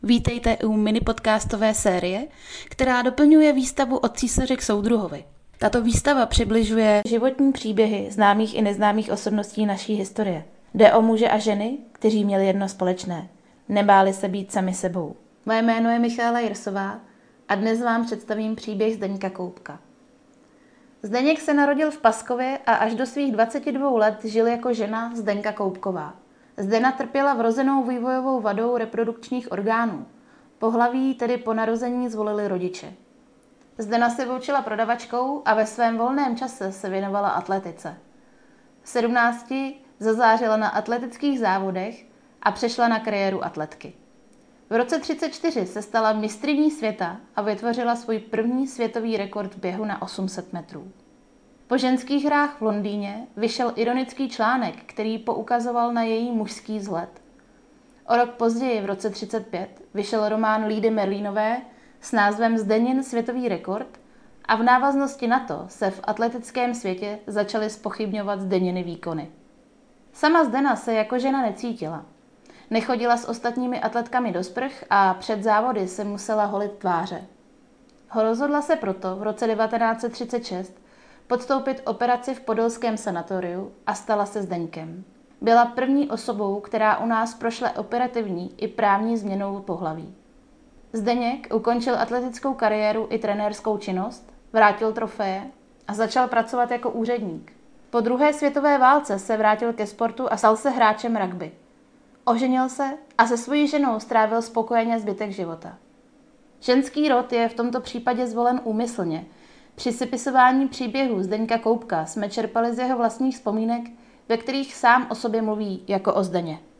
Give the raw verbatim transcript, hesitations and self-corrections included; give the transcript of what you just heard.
Vítejte u minipodcastové série, která doplňuje výstavu od císaře k soudruhovi. Tato výstava přibližuje životní příběhy známých i neznámých osobností naší historie. Jde o muže a ženy, kteří měli jedno společné. Nebáli se být sami sebou. Moje jméno je Michaela Jirsová a dnes vám představím příběh Zdeňka Koubka. Zdeněk se narodil v Paskově a až do svých dvaceti dvou let žil jako žena Zdeňka Koubková. Zdena trpěla vrozenou vývojovou vadou reprodukčních orgánů. Pohlaví tedy po narození zvolili rodiče. Zdena se vyučila prodavačkou a ve svém volném čase se věnovala atletice. V sedmnácti zazářila na atletických závodech a přešla na kariéru atletky. V roce třicet čtyři se stala mistryní světa a vytvořila svůj první světový rekord v běhu na osm set metrů. Po ženských hrách v Londýně vyšel ironický článek, který poukazoval na její mužský vzhled. O rok později, v roce třicet pět, vyšel román Lídy Merlínové s názvem Zdenin světový rekord a v návaznosti na to se v atletickém světě začaly zpochybňovat Zdeniny výkony. Sama Zdena se jako žena necítila. Nechodila s ostatními atletkami do sprch a před závody se musela holit tváře. Rozhodla se proto v roce devatenáct set třicet šest podstoupit operaci v podolském sanatoriu a stala se Zdeňkem. Byla první osobou, která u nás prošla operativní i právní změnou pohlaví. Zdeněk ukončil atletickou kariéru i trenérskou činnost, vrátil trofeje a začal pracovat jako úředník. Po druhé světové válce se vrátil ke sportu a stal se hráčem rugby. Oženil se a se svojí ženou strávil spokojeně zbytek života. Ženský rod je v tomto případě zvolen úmyslně. Při sepisování příběhů Zdeňka Koubka jsme čerpali z jeho vlastních vzpomínek, ve kterých sám o sobě mluví jako o Zdeně.